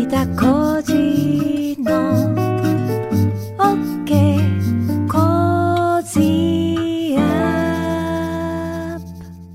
田浩司の OK コージーアップ。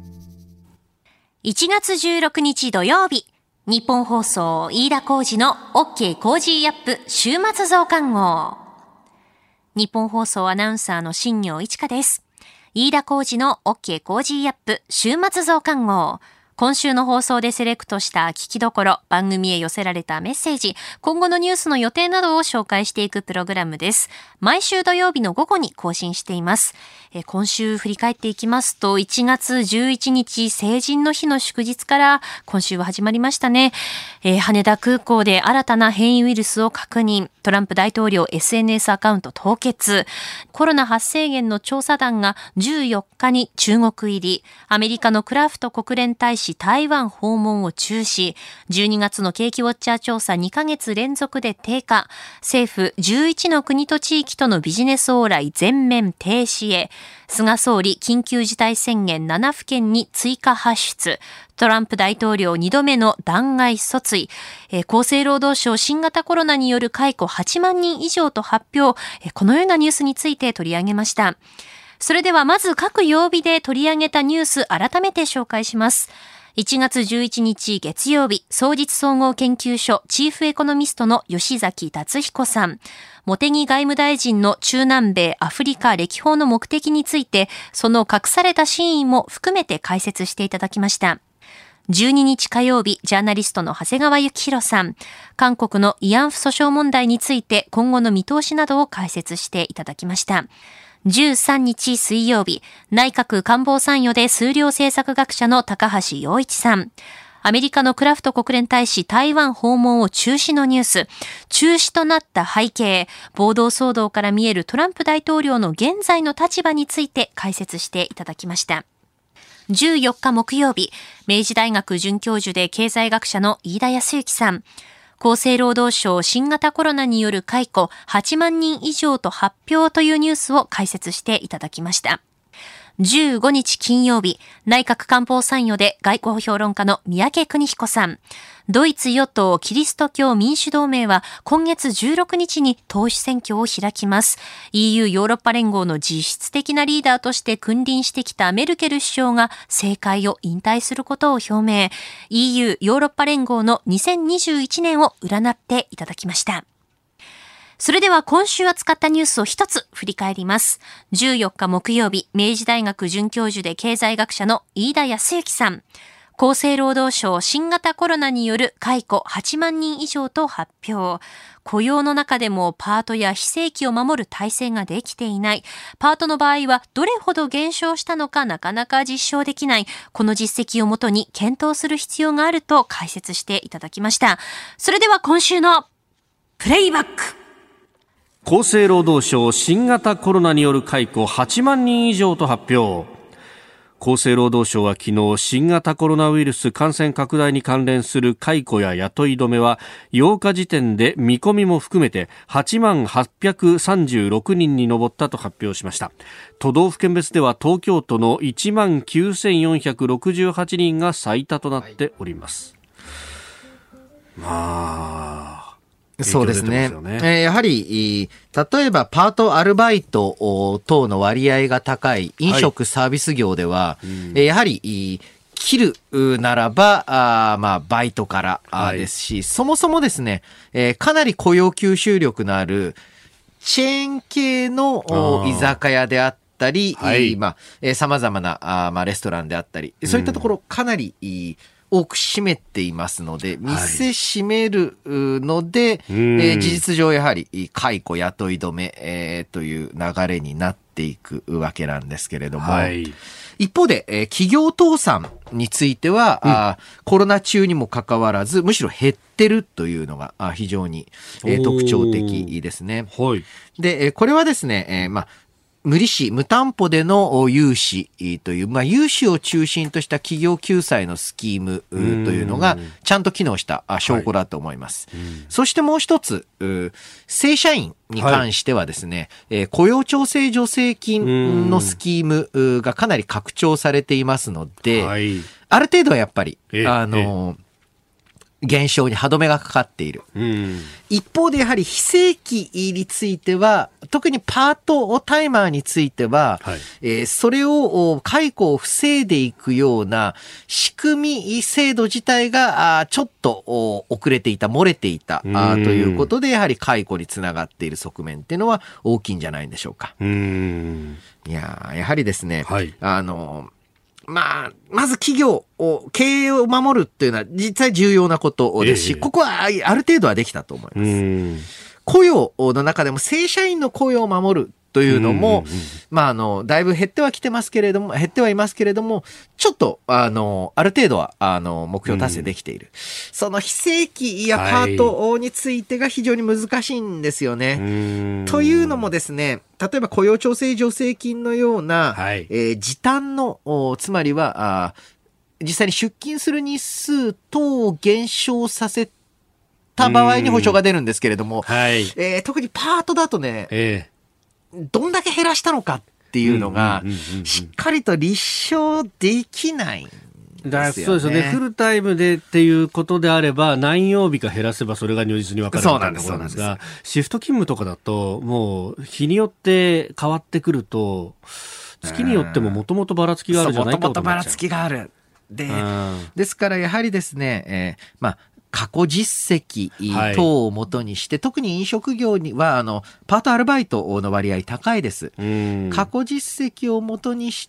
1月16日土曜日、日本放送飯田浩司の OK コージーアップ週末増刊号。日本放送アナウンサーの新業一華です。飯田浩司の OK コージーアップ週末増刊号。今週の放送でセレクトした聞きどころ、番組へ寄せられたメッセージ、今後のニュースの予定などを紹介していくプログラムです。毎週土曜日の午後に更新しています。今週振り返っていきますと、1月11日成人の日の祝日から今週は始まりましたね。羽田空港で新たな変異ウイルスを確認、トランプ大統領 SNS アカウント凍結、コロナ発生源の調査団が14日に中国入り、アメリカのクラフト国連大使台湾訪問を中止、12月の景気ウォッチャー調査2ヶ月連続で低下、政府11の国と地域とのビジネス往来全面停止へ、菅総理緊急事態宣言7府県に追加発出、トランプ大統領2度目の弾劾訴追、厚生労働省新型コロナによる解雇8万人以上と発表、このようなニュースについて取り上げました。それではまず各曜日で取り上げたニュース改めて紹介します。1月11日月曜日、双日総合研究所チーフエコノミストの吉崎達彦さん、茂木外務大臣の中南米アフリカ歴訪の目的について、その隠された真意も含めて解説していただきました。12日火曜日、ジャーナリストの長谷川幸宏さん、韓国の慰安婦訴訟問題について今後の見通しなどを解説していただきました。13日水曜日、内閣官房参与で数量政策学者の高橋洋一さん、アメリカのクラフト国連大使台湾訪問を中止のニュース、中止となった背景、暴動騒動から見えるトランプ大統領の現在の立場について解説していただきました。14日木曜日、明治大学准教授で経済学者の飯田康之さん、厚生労働省新型コロナによる解雇8万人以上と発表というニュースを解説していただきました。15日金曜日、内閣官房参与で外交評論家の三宅邦彦さん、ドイツ与党キリスト教民主同盟は今月16日に党首選挙を開きます。EU ヨーロッパ連合の実質的なリーダーとして君臨してきたメルケル首相が政界を引退することを表明。EU ヨーロッパ連合の2021年を占っていただきました。それでは今週扱ったニュースを一つ振り返ります。14日木曜日、明治大学准教授で経済学者の飯田康之さん、厚生労働省新型コロナによる解雇8万人以上と発表。雇用の中でもパートや非正規を守る体制ができていない。パートの場合はどれほど減少したのかなかなか実証できない。この実績をもとに検討する必要があると解説していただきました。それでは今週のプレイバック。 厚生労働省新型コロナによる解雇8万人以上と発表。厚生労働省は昨日、新型コロナウイルス感染拡大に関連する解雇や雇い止めは8日時点で見込みも含めて8万836人に上ったと発表しました。都道府県別では東京都の1万9468人が最多となっております。 そうですね。やはり、例えばパートアルバイト等の割合が高い飲食サービス業では、やはり、切るならば、バイトからですし、そもそもですね、かなり雇用吸収力のあるチェーン系の居酒屋であったり、様々なレストランであったり、そういったところかなり多く占めていますので、店閉めるので、事実上やはり解雇雇い止め、という流れになっていくわけなんですけれども、一方で、企業倒産については、コロナ中にもかかわらずむしろ減ってるというのが非常に、特徴的ですね。で、これはですね、無利子、無担保での融資という、融資を中心とした企業救済のスキームというのがちゃんと機能した証拠だと思います。そしてもう一つ、正社員に関してはですね、雇用調整助成金のスキームがかなり拡張されていますので、ある程度はやっぱり、 減少に歯止めがかかっている。一方でやはり非正規については、特にパートタイマーについては、それを解雇を防いでいくような仕組み制度自体がちょっと遅れていた、漏れていたということで、やはり解雇につながっている側面っていうのは大きいんじゃないんでしょうか。やはりですね、まず企業を、経営を守るっていうのは実際重要なことですし、ここはある程度はできたと思います。雇用の中でも正社員の雇用を守るというのも、だいぶ減ってはいますけれども、ちょっと、ある程度は、目標達成できている。その非正規やパートについてが非常に難しいんですよね。というのもですね、例えば雇用調整助成金のような、時短の、つまりは、実際に出勤する日数等を減少させた場合に保証が出るんですけれども、特にパートだとね、どんだけ減らしたのかっていうのが、しっかりと立証できないんですよね。 そうですよね。フルタイムでっていうことであれば、何曜日か減らせばそれが如実に分かるみたいなところなんですが、シフト勤務とかだと、もう日によって変わってくると、月によってももともとばらつきがあるじゃないかと思っちゃう。 もともとばらつきがある。ですからやはりですね、過去実績等をもとにして、特に飲食業にはパートアルバイトの割合高いです。過去実績をもとにして、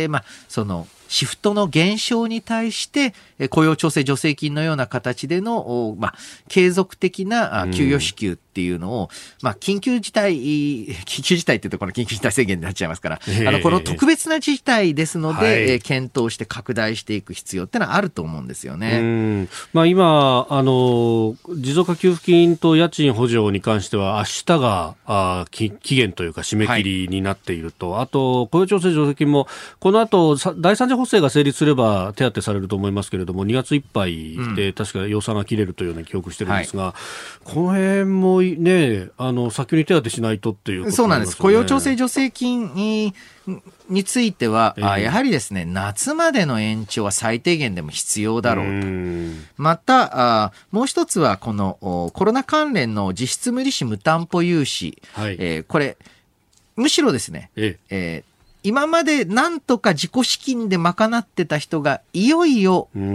そのシフトの減少に対して雇用調整助成金のような形での、継続的な給与支給っていうのを、緊急事態っていうとこの緊急事態宣言になっちゃいますから、この特別な事態ですので、検討して拡大していく必要ってのはあると思うんですよね。 今持続化給付金と家賃補助に関しては明日が期限というか締め切りになっていると、あと雇用調整助成金もこの後第三次補正が成立すれば手当てされると思いますけれども、2月いっぱいで確か予算が切れるというような記憶してるんですが、この辺もね、早急に手当てしないとっていうことそうなんです。雇用調整助成金については、やはりですね、夏までの延長は最低限でも必要だろうと。また、もう一つはこのコロナ関連の実質無利子無担保融資、これむしろですね、今までなんとか自己資金で賄ってた人がいよいよ徐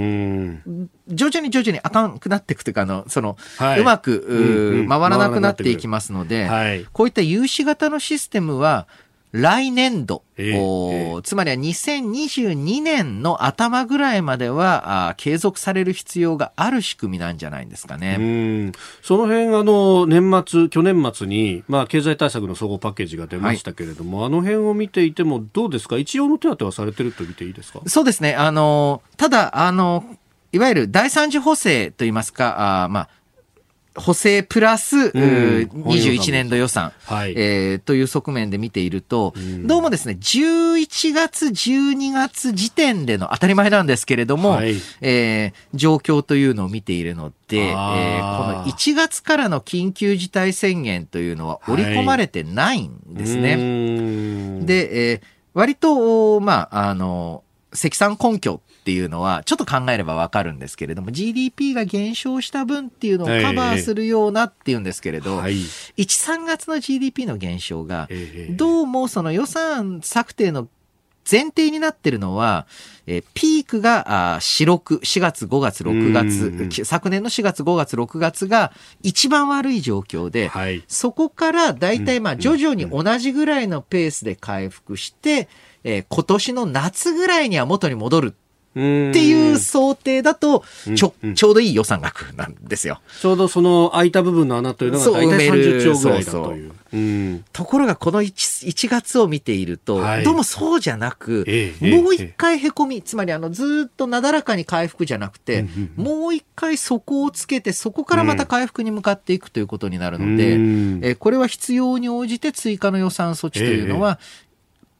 々にあかんくなっていくというか、うまく回らなくなっていきますので、こういった融資型のシステムは来年度、つまりは2022年の頭ぐらいまでは継続される必要がある仕組みなんじゃないんですかね。 その辺去年末に、経済対策の総合パッケージが出ましたけれども、あの辺を見ていてもどうですか？一応の手当はされてると見ていいですか？ そうですね。ただいわゆる第三次補正といいますか、補正プラス、21年度予算、という側面で見ていると、どうもですね、11月、12月時点での当たり前なんですけれども、状況というのを見ているので、この1月からの緊急事態宣言というのは織り込まれてないんですね。で、割と、積算根拠っていうのはちょっと考えればわかるんですけれども、 GDP が減少した分っていうのをカバーするようなっていうんですけれど、1、3月の GDP の減少がどうもその予算策定の前提になってるのは、ピークが4月5月6月、昨年の4月5月6月が一番悪い状況で、そこからだいたい徐々に同じぐらいのペースで回復して、今年の夏ぐらいには元に戻るっていう想定だとちょうどいい予算額なんですよ。 ちょうどその空いた部分の穴というのが大体30兆ぐらいだという。 ところがこの 1月を見ていると、どうもそうじゃなく、もう一回へこみ、つまりずっとなだらかに回復じゃなくて、もう一回底をつけて、そこからまた回復に向かっていくということになるので、これは必要に応じて追加の予算措置というのは、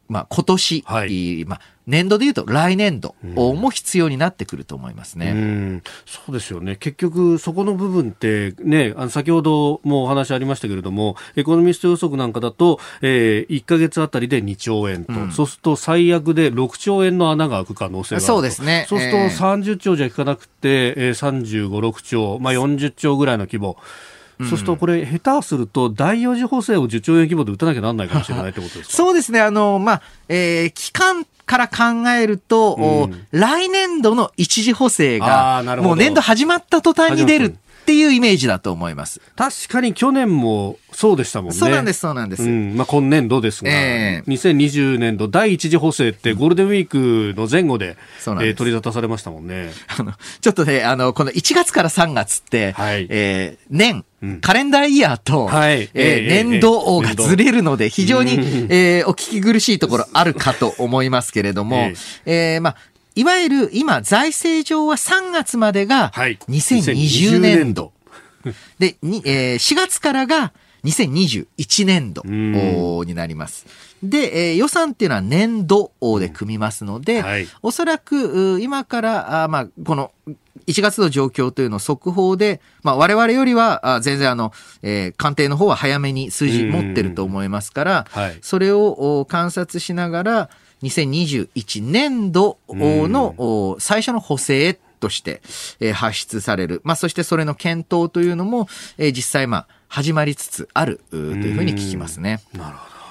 今年、年度でいうと来年度も必要になってくると思いますね。 そうですよね。結局そこの部分ってね、先ほどもお話ありましたけれども、エコノミスト予測なんかだと、1ヶ月あたりで2兆円と、そうすると最悪で6兆円の穴が開く可能性があると。 そうですね。 そうすると30兆じゃいかなくて、35、6兆、40兆ぐらいの規模。そうするとこれ下手すると第4次補正を10兆円規模で打たなきゃなんないかもしれないってことですか。 そうですね。期間から考えると、来年度の一次補正がもう年度始まった途端に出るっていうイメージだと思います。 確かに去年もそうでしたもんね。 そうなんです、そうなんです。 今年度ですが、2020年度第一次補正ってゴールデンウィークの前後で、取り沙汰されましたもんね。 ちょっとね、この1月から3月って、カレンダーイヤーと、年度がずれるので、非常に、お聞き苦しいところあるかと思いますけれども、いわゆる今、財政上は3月までが2020年度。で、4月からが2021年度になります。で、予算っていうのは年度で組みますので、おそらく今からこの1月の状況というのを速報で、我々よりは全然官邸の方は早めに数字持ってると思いますから、それを観察しながら2021年度の最初の補正として発出される。そしてそれの検討というのも実際始まりつつあるというふうに聞きますね。 なるほど。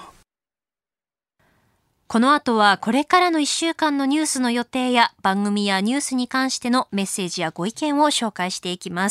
この後はこれからの1週間のニュースの予定や番組やニュースに関してのメッセージやご意見を紹介していきます。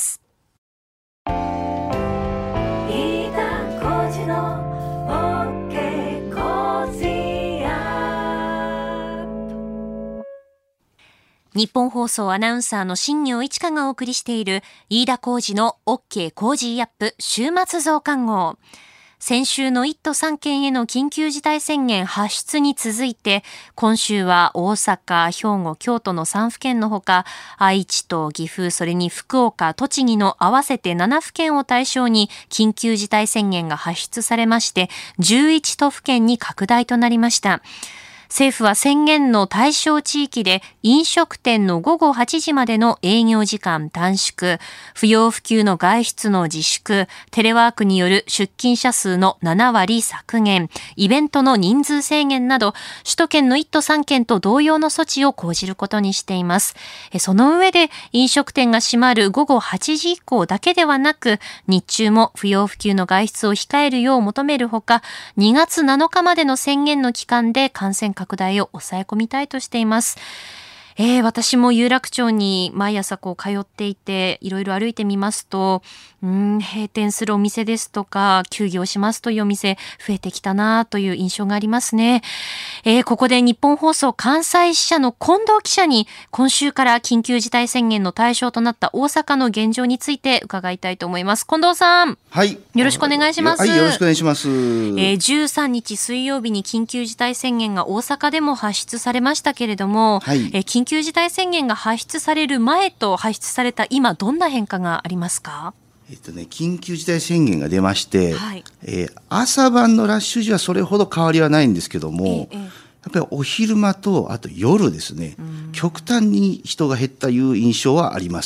日本放送アナウンサーの新業一華がお送りしている飯田浩司の OK コージーアップ週末増刊号。先週の1都3県への緊急事態宣言発出に続いて、今週は大阪、兵庫、京都の3府県のほか、愛知と岐阜、それに福岡、栃木の合わせて7府県を対象に緊急事態宣言が発出されまして、11都府県に拡大となりました。政府は宣言の対象地域で飲食店の午後8時までの営業時間短縮、不要不急の外出の自粛、テレワークによる出勤者数の7割削減、イベントの人数制限など、首都圏の1都3県と同様の措置を講じることにしています。その上で飲食店が閉まる午後8時以降だけではなく、日中も不要不急の外出を控えるよう求めるほか、2月7日までの宣言の期間で感染拡大を抑え込みたいとしています。私も有楽町に毎朝通っていて、いろいろ歩いてみますと、閉店するお店ですとか、休業しますというお店増えてきたなという印象がありますね。ここで日本放送関西支社の近藤記者に、今週から緊急事態宣言の対象となった大阪の現状について伺いたいと思います。近藤さん。 はい。 よろしくお願いします。 はい、よろしくお願いします。 13日水曜日に緊急事態宣言が大阪でも発出されましたけれども、緊急事態宣言が発出される前と発出された今、どんな変化がありますか？ 緊急事態宣言が出まして、朝晩のラッシュ時はそれほど変わりはないんですけども、やっぱりお昼間とあと夜ですね、極端に人が減ったいう印象はあります。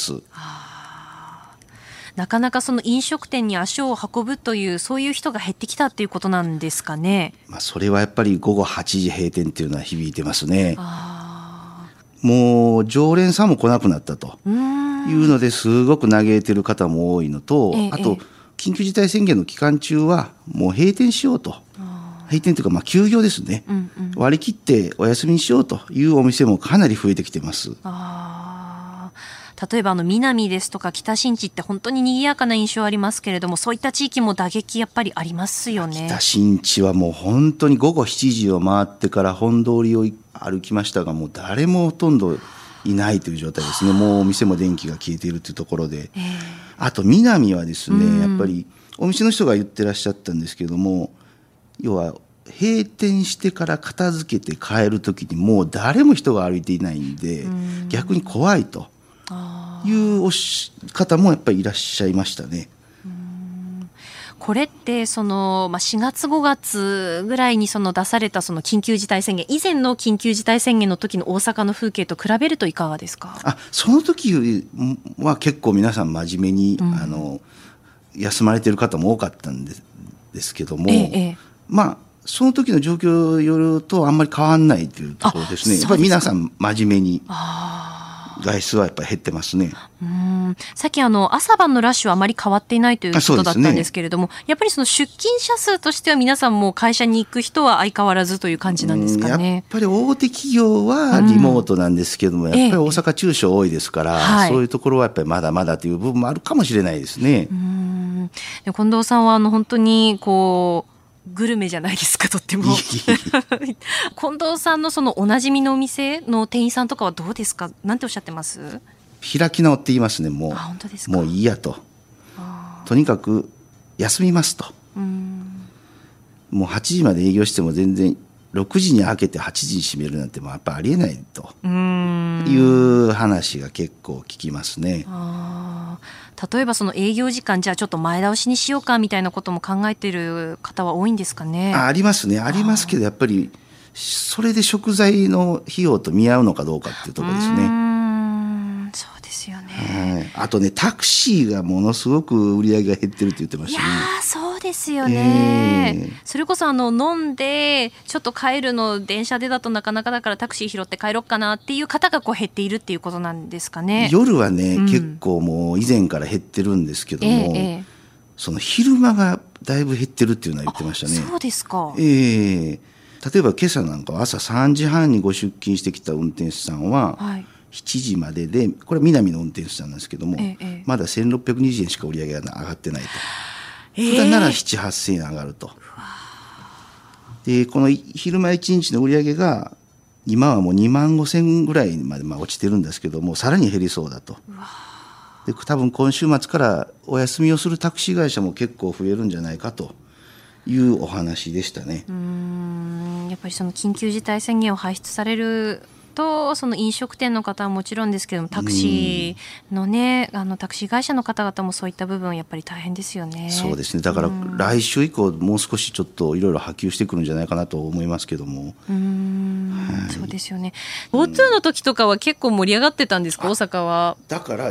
なかなかその飲食店に足を運ぶという、そういう人が減ってきたということなんですかね。 それはやっぱり午後8時閉店っていうのは響いてますね。もう常連さんも来なくなったというのですごく嘆いてる方も多いのと、あと緊急事態宣言の期間中はもう閉店しようと、閉店というか休業ですね、割り切ってお休みにしようというお店もかなり増えてきてます。 例えば南ですとか北新地って本当に賑やかな印象ありますけれども、そういった地域も打撃やっぱりありますよね。 北新地はもう本当に午後7時を回ってから本通りを歩きましたが、もう誰もほとんどいないという状態ですね。もうお店も電気が消えているというところで、あと南はですね、やっぱりお店の人が言ってらっしゃったんですけども、要は閉店してから片付けて帰るときにもう誰も人が歩いていないんで、逆に怖いという方もやっぱりいらっしゃいましたね。 これって4月5月ぐらいに出された緊急事態宣言、以前の緊急事態宣言の時の大阪の風景と比べるといかがですか？ その時は結構皆さん真面目に、休まれている方も多かったんですけども、その時の状況によるとあんまり変わんないというところですね。やっぱり皆さん真面目に外出はやっぱり減ってますね。 さっき朝晩のラッシュはあまり変わっていないということだったんですけれども、やっぱり出勤者数としては皆さんも会社に行く人は相変わらずという感じなんですかね。 やっぱり大手企業はリモートなんですけども、やっぱり大阪中小多いですから、そういうところはやっぱりまだまだという部分もあるかもしれないですね。 で近藤さんは本当にグルメじゃないですか、とっても。近藤さんのおなじみのお店の店員さんとかはどうですか？なんておっしゃってます？ 開き直って言いますね。もういいやと。とにかく休みますと。もう8時まで営業しても全然6時に開けて8時に閉めるなんてやっぱありえないという話が結構聞きますね。 例えば営業時間じゃあちょっと前倒しにしようかみたいなことも考えている方は多いんですかね。 ありますね。ありますけどやっぱりそれで食材の費用と見合うのかどうかっていうところですね。 そうですよね。 あとね、タクシーがものすごく売り上げが減ってるって言ってましたね。 いやそうですよね。それこそ飲んでちょっと帰るの電車でだとなかなかだからタクシー拾って帰ろうかなっていう方が減っているっていうことなんですかね。夜はね、結構もう以前から減ってるんですけども、その昼間がだいぶ減ってるっていうのは言ってましたね。 そうですか。 例えば今朝なんか朝3時半にご出勤してきた運転手さんは、7時までで、これは南の運転手さんなんですけども、まだ1620円しか売り上げが上がってないと。普段なら7、8000円上がると。でこの昼間1日の売り上げが今はもう2万5000円ぐらいまで落ちてるんですけども、さらに減りそうだと。で多分今週末からお休みをするタクシー会社も結構増えるんじゃないかというお話でしたね。 やっぱり緊急事態宣言を発出されると飲食店の方はもちろんですけども、タクシーのね、タクシー会社の方々もそういった部分やっぱり大変ですよね。 そうですね。だから来週以降もう少しちょっといろいろ波及してくるんじゃないかなと思いますけども。 そうですよね。GoTo の時とかは結構盛り上がってたんですか、大阪は。 だから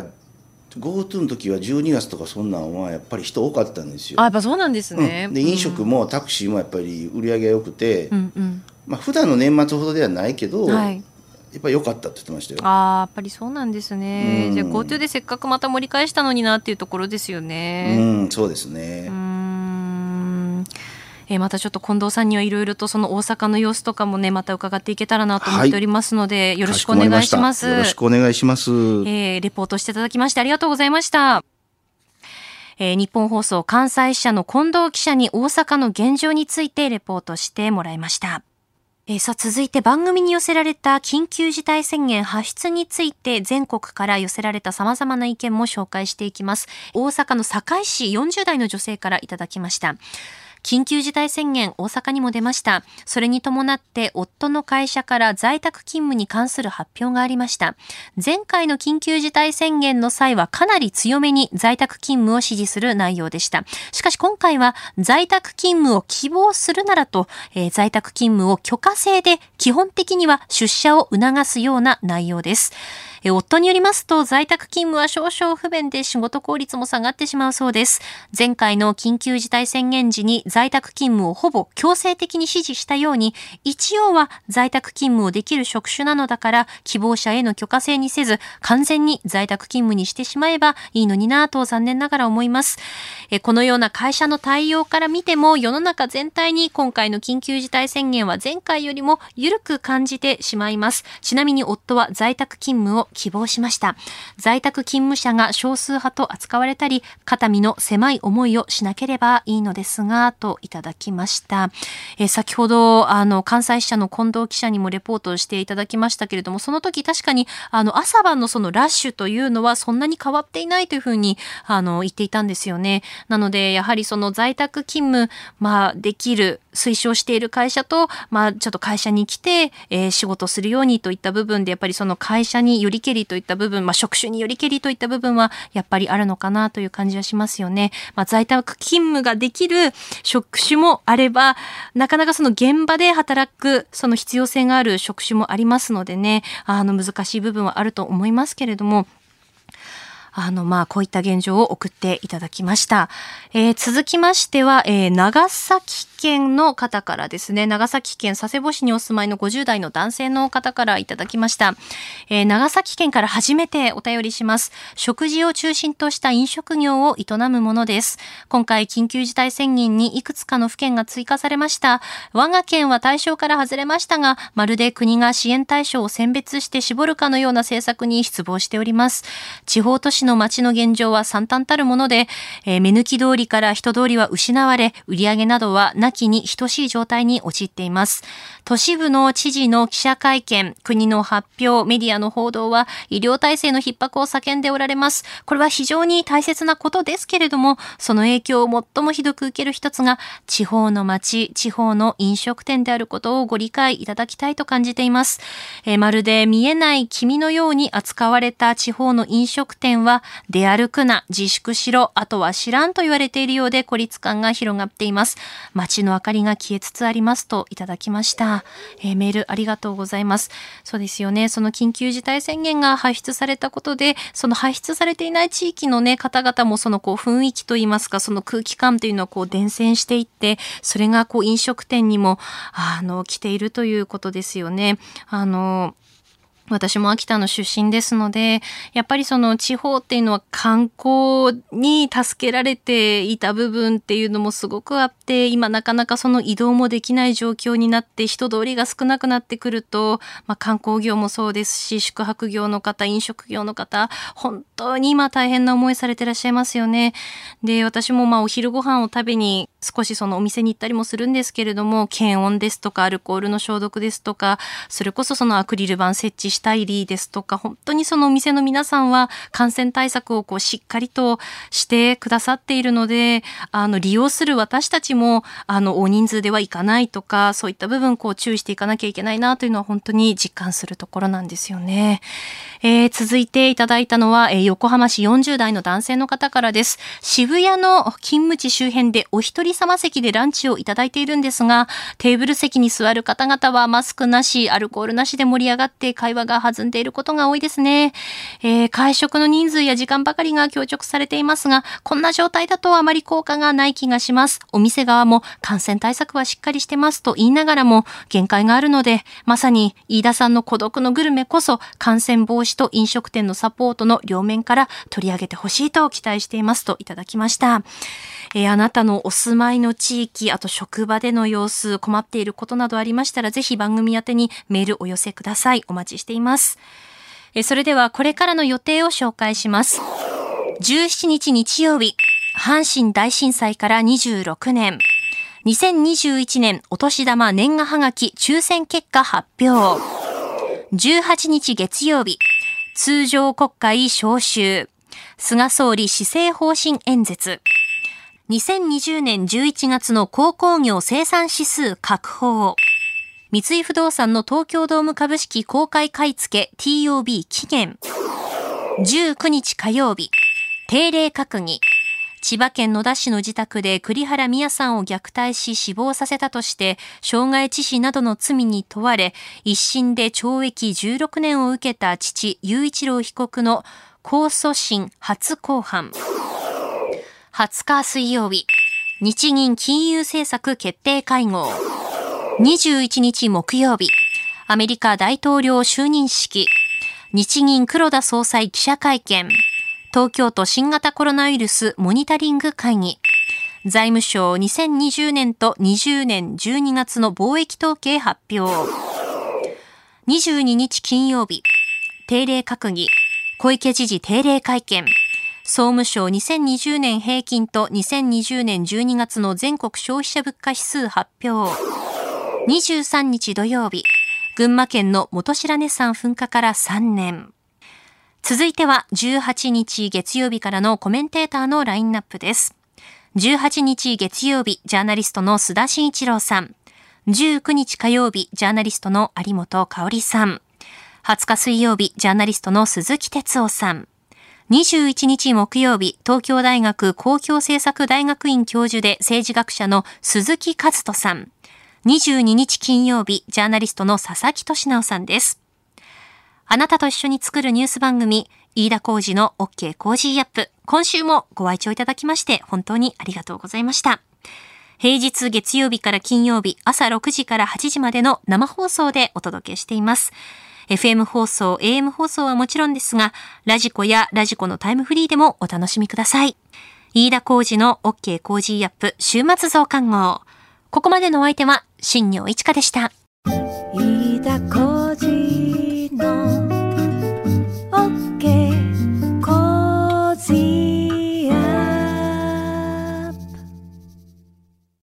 GoTo の時は12月とかそんなんはやっぱり人多かったんですよ。 やっぱそうなんですね。 で飲食もタクシーもやっぱり売り上げが良くて、普段の年末ほどではないけど、やっぱり良かったって言ってましたよ。 やっぱりそうなんですね。じゃあ GoTo でせっかくまた盛り返したのになっていうところですよね。 そうですね。 またちょっと近藤さんにはいろいろと大阪の様子とかもね、また伺っていけたらなと思っておりますので、よろしくお願いします。 よろしくお願いします。 レポートしていただきましてありがとうございました。日本放送関西支社の近藤記者に大阪の現状についてレポートしてもらいました。続いて番組に寄せられた緊急事態宣言発出について全国から寄せられた様々な意見も紹介していきます。大阪の堺市40代の女性からいただきました。緊急事態宣言、大阪にも出ました。それに伴って夫の会社から在宅勤務に関する発表がありました。前回の緊急事態宣言の際はかなり強めに在宅勤務を指示する内容でした。しかし今回は在宅勤務を希望するならと、在宅勤務を許可制で基本的には出社を促すような内容です。夫によりますと在宅勤務は少々不便で仕事効率も下がってしまうそうです。前回の緊急事態宣言時に在宅勤務をほぼ強制的に指示したように、一応は在宅勤務をできる職種なのだから希望者への許可制にせず完全に在宅勤務にしてしまえばいいのになぁと残念ながら思います。このような会社の対応から見ても世の中全体に今回の緊急事態宣言は前回よりも緩く感じてしまいます。ちなみに夫は在宅勤務を希望しました。在宅勤務者が少数派と扱われたり、肩身の狭い思いをしなければいいのですが、といただきました。先ほど関西支社の近藤記者にもレポートをしていただきましたけれども、その時確かに朝晩のラッシュというのはそんなに変わっていないというふうに言っていたんですよね。 なのでやはりその在宅勤務、できる推奨している会社と、ちょっと会社に来て、仕事するようにといった部分で、やっぱりその会社によりけりといった部分、職種によりけりといった部分はやっぱりあるのかなという感じはしますよね。在宅勤務ができる職種もあれば、なかなかその現場で働くその必要性がある職種もありますのでね、難しい部分はあると思いますけれども、こういった現状を送っていただきました。続きましては、長崎県の方からですね、長崎県佐世保市にお住まいの50代の男性の方からいただきました。長崎県から初めてお便りします。食事を中心とした飲食業を営むものです。今回緊急事態宣言にいくつかの府県が追加されました。我が県は対象から外れましたが、まるで国が支援対象を選別して絞るかのような政策に失望しております。地方都市の街の現状は惨憺たるもので、目抜き通りから人通りは失われ、売上などはなきに等しい状態に陥っています。都市部の知事の記者会見、国の発表、メディアの報道は医療体制の逼迫を叫んでおられます。これは非常に大切なことですけれども、その影響を最もひどく受ける一つが地方の街、地方の飲食店であることをご理解いただきたいと感じています。まるで見えない君のように扱われた地方の飲食店は出歩くな、自粛しろ、あとは知らんと言われているようで孤立感が広がっています。街の明かりが消えつつありますといただきました。メールありがとうございます。そうですよね。その緊急事態宣言が発出されたことで、その発出されていない地域のね、方々もその雰囲気といいますか、その空気感というのを伝染していって、それが飲食店にも来ているということですよね。私も秋田の出身ですので、やっぱりその地方っていうのは観光に助けられていた部分っていうのもすごくあって、今なかなかその移動もできない状況になって人通りが少なくなってくると、観光業もそうですし、宿泊業の方、飲食業の方、本当に今大変な思いされてらっしゃいますよね。で、私もお昼ご飯を食べに少しそのお店に行ったりもするんですけれども、検温ですとかアルコールの消毒ですとか、それこそそのアクリル板設置したりですとか、本当にそのお店の皆さんは感染対策をしっかりとしてくださっているので、利用する私たちも大人数では行かないとか、そういった部分注意していかなきゃいけないなというのは本当に実感するところなんですよね。続いていただいたのは、横浜市40代の男性の方からです。渋谷の勤務地周辺でお一人様席でランチをいただいているんですが、テーブル席に座る方々はマスクなし、アルコールなしで盛り上がって会話が弾んでいることが多いですね。会食の人数や時間ばかりが強直されていますが、こんな状態だとあまり効果がない気がします。お店側も感染対策はしっかりしてますと言いながらも限界があるので、まさに飯田さんの孤独のグルメこそ感染防止と飲食店のサポートの両面から取り上げてほしいと期待していますといただきました。あなたのお住まいの地域、あと職場での様子、困っていることなどありましたら、ぜひ番組宛てにメールお寄せください。お待ちしています。それではこれからの予定を紹介します。17日日曜日、阪神大震災から26年。2021年お年玉年賀はがき抽選結果発表。18日月曜日、通常国会召集。菅総理施政方針演説。2020年11月の鉱工業生産指数確保。三井不動産の東京ドーム株式公開買い付け TOB 期限。19日火曜日、定例閣議。千葉県野田市の自宅で栗原美也さんを虐待し死亡させたとして傷害致死などの罪に問われ、一審で懲役16年を受けた父雄一郎被告の控訴審初公判。20日水曜日、日銀金融政策決定会合。21日木曜日、アメリカ大統領就任式。日銀黒田総裁記者会見。東京都新型コロナウイルスモニタリング会議。財務省2020年と20年12月の貿易統計発表。22日金曜日、定例閣議。小池知事定例会見。総務省2020年平均と2020年12月の全国消費者物価指数発表。23日土曜日、群馬県の本白根山噴火から3年。続いては18日月曜日からのコメンテーターのラインナップです。 18日月曜日、ジャーナリストの須田慎一郎さん。19日火曜日、ジャーナリストの有本香里さん。20日水曜日、ジャーナリストの鈴木哲夫さん。21日木曜日、東京大学公共政策大学院教授で政治学者の鈴木和人さん。22日金曜日、ジャーナリストの佐々木俊直さんです。あなたと一緒に作るニュース番組、飯田浩司の OK コージーアップ。今週もご愛聴いただきまして本当にありがとうございました。平日月曜日から金曜日、朝6時から8時までの生放送でお届けしています。FM 放送、AM 放送はもちろんですが、ラジコやラジコのタイムフリーでもお楽しみください。飯田浩司の OK コージーアップ週末増刊号。ここまでのお相手は新業一華でした。 飯田浩司